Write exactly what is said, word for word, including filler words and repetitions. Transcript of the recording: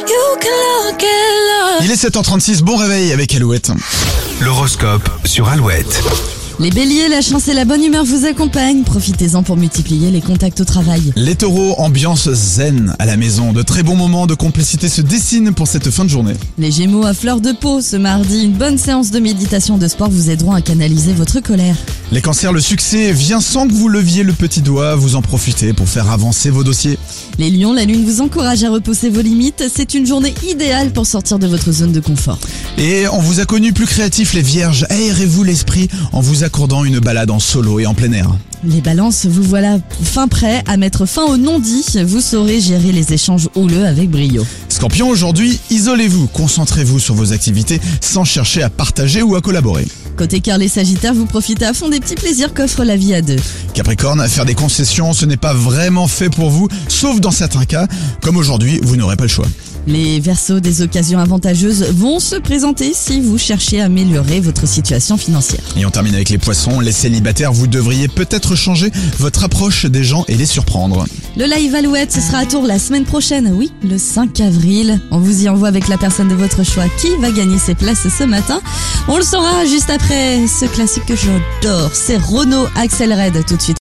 Il est sept heures trente-six, bon réveil avec Alouette. L'horoscope sur Alouette. Les béliers, la chance et la bonne humeur vous accompagnent. Profitez-en pour multiplier les contacts au travail. Les taureaux, ambiance zen à la maison. De très bons moments de complicité se dessinent pour cette fin de journée. Les gémeaux, à fleur de peau ce mardi, une bonne séance de méditation de sport vous aideront à canaliser votre colère. Les cancers, le succès vient sans que vous leviez le petit doigt. Vous en profitez pour faire avancer vos dossiers. Les lions, la lune vous encourage à repousser vos limites. C'est une journée idéale pour sortir de votre zone de confort. Et on vous a connu plus créatif, les vierges. Aérez-vous l'esprit en vous accordant une balade en solo et en plein air. Les balances, vous voilà fin prêt à mettre fin au non-dit. Vous saurez gérer les échanges houleux avec brio. Scorpion, aujourd'hui, isolez-vous, concentrez-vous sur vos activités sans chercher à partager ou à collaborer. Côté cœur, les sagittaires, vous profitez à fond des petits plaisirs qu'offre la vie à deux. Capricorne, faire des concessions, ce n'est pas vraiment fait pour vous, sauf dans certains cas. Comme aujourd'hui, vous n'aurez pas le choix. Les Verseaux, des occasions avantageuses vont se présenter si vous cherchez à améliorer votre situation financière. Et on termine avec les poissons. Les célibataires, vous devriez peut-être changer votre approche des gens et les surprendre. Le live Alouette, ce sera à Tours la semaine prochaine, oui, le cinq avril. On vous y envoie avec la personne de votre choix qui va gagner ses places ce matin. On le saura juste après ce classique que j'adore, c'est Renaud Axel Red tout de suite.